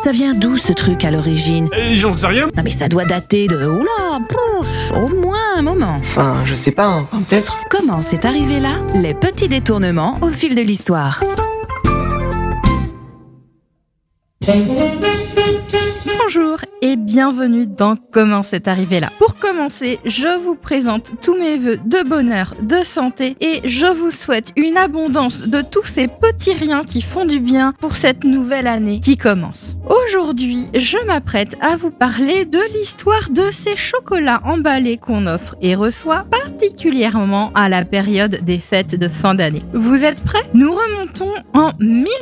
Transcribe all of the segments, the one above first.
Ça vient d'où ce truc à l'origine? J'en sais rien. Non mais ça doit dater de... Oula, au moins un moment. Enfin, je sais pas, peut-être. Comment c'est arrivé là? Les petits détournements au fil de l'histoire. Bonjour et bienvenue dans Comment c'est arrivé là. Pour commencer, je vous présente tous mes vœux de bonheur, de santé et je vous souhaite une abondance de tous ces petits riens qui font du bien pour cette nouvelle année qui commence. Aujourd'hui, je m'apprête à vous parler de l'histoire de ces chocolats emballés qu'on offre et reçoit particulièrement à la période des fêtes de fin d'année. Vous êtes prêts? Nous remontons en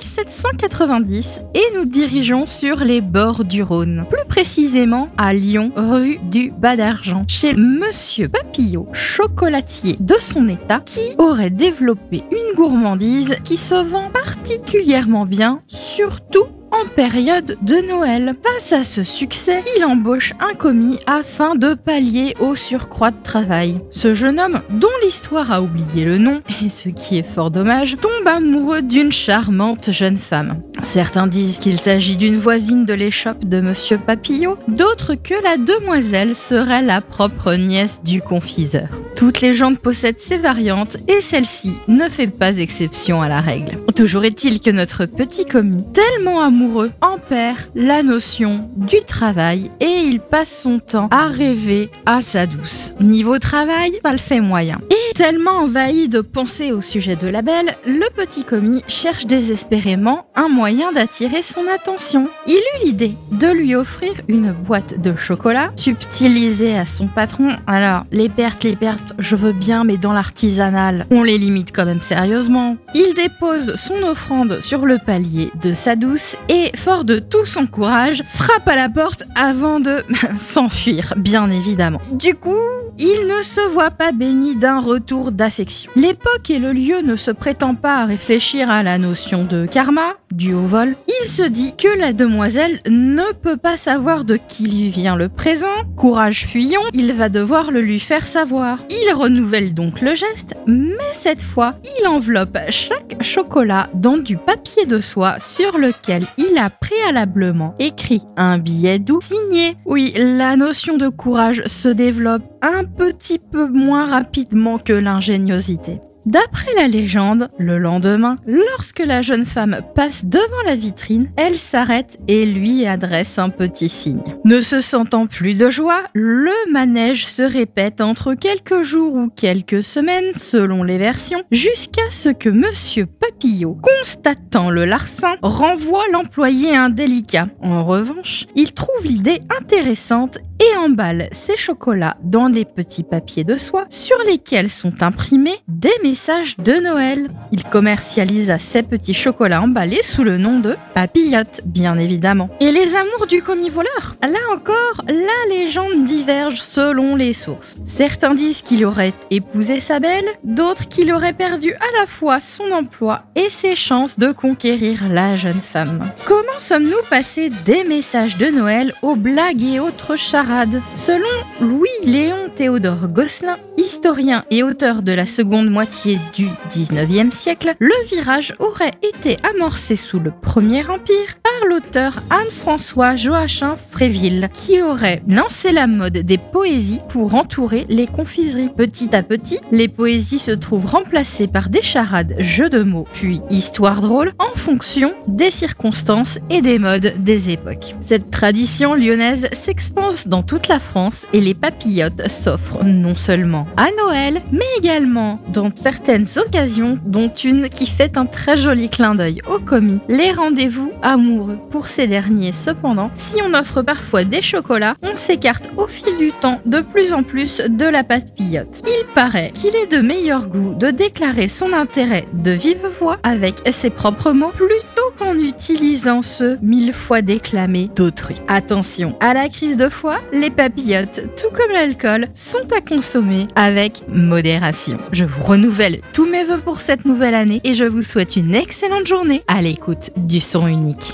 1790 et nous dirigeons sur les bords du Rhône. Plus précisément à Lyon, rue du Bas d'Argent, chez Monsieur Papillot, chocolatier de son état, qui aurait développé une gourmandise qui se vend particulièrement bien, surtout en période de Noël. Face à ce succès, il embauche un commis afin de pallier au surcroît de travail. Ce jeune homme, dont l'histoire a oublié le nom, et ce qui est fort dommage, tombe amoureux d'une charmante jeune femme. Certains disent qu'il s'agit d'une voisine de l'échoppe de Monsieur Papillot, d'autres que la demoiselle serait la propre nièce du confiseur. Toutes légendes possèdent ces variantes et celle-ci ne fait pas exception à la règle. Toujours est-il que notre petit commis, tellement amoureux, en perd la notion du travail et il passe son temps à rêver à sa douce. Niveau travail, ça le fait moyen. Et tellement envahi de pensées au sujet de la belle, le petit commis cherche désespérément un moyen d'attirer son attention. Il eut l'idée de lui offrir une boîte de chocolat, subtilisée à son patron. Alors, les pertes, je veux bien, mais dans l'artisanal, on les limite quand même sérieusement. Il dépose son offrande sur le palier de sa douce et, fort de tout son courage, frappe à la porte avant de s'enfuir, bien évidemment. Du coup, il ne se voit pas béni d'un retour d'affection. L'époque et le lieu ne se prétendent pas à réfléchir à la notion de karma, du haut vol. Il se dit que la demoiselle ne peut pas savoir de qui lui vient le présent. Courage fuyant, il va devoir le lui faire savoir. Il renouvelle donc le geste, mais cette fois, il enveloppe chaque chocolat dans du papier de soie sur lequel il a préalablement écrit un billet doux signé. Oui, la notion de courage se développe un petit peu moins rapidement que l'ingéniosité. D'après la légende, le lendemain, lorsque la jeune femme passe devant la vitrine, elle s'arrête et lui adresse un petit signe. Ne se sentant plus de joie, le manège se répète entre quelques jours ou quelques semaines, selon les versions, jusqu'à ce que Monsieur Papillot, constatant le larcin, renvoie l'employé indélicat. En revanche, il trouve l'idée intéressante et emballe ses chocolats dans des petits papiers de soie sur lesquels sont imprimés des messages de Noël. Il commercialise ces petits chocolats emballés sous le nom de Papillote, bien évidemment. Et les amours du commis voleur? Là encore, la légende diverge selon les sources. Certains disent qu'il aurait épousé sa belle, d'autres qu'il aurait perdu à la fois son emploi et ses chances de conquérir la jeune femme. Comment sommes-nous passés des messages de Noël aux blagues et autres charades? Selon Louis-Léon Théodore Gosselin, historien et auteur de la seconde moitié du XIXe siècle, le virage aurait été amorcé sous le Premier Empire par l'auteur Anne-François Joachim Fréville, qui aurait lancé la mode des poésies pour entourer les confiseries. Petit à petit, les poésies se trouvent remplacées par des charades, jeux de mots, puis histoires drôles en fonction des circonstances et des modes des époques. Cette tradition lyonnaise s'expanse dans toute la France et les papillotes s'offrent non seulement à Noël, mais également dans certaines occasions, dont une qui fait un très joli clin d'œil aux commis. Les rendez-vous amoureux. Pour ces derniers, cependant, si on offre parfois des chocolats, on s'écarte au fil du temps de plus en plus de la papillote. Il paraît qu'il est de meilleur goût de déclarer son intérêt de vive voix avec ses propres mots plutôt qu'en utilisant ceux 1000 fois déclamés d'autrui. Attention à la crise de foi, les papillotes, tout comme l'alcool, sont à consommer avec modération. Je vous renouvelle tous mes vœux pour cette nouvelle année et je vous souhaite une excellente journée à l'écoute du son unique.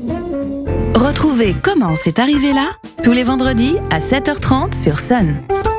Retrouvez Comment c'est arrivé là tous les vendredis à 7h30 sur Sun.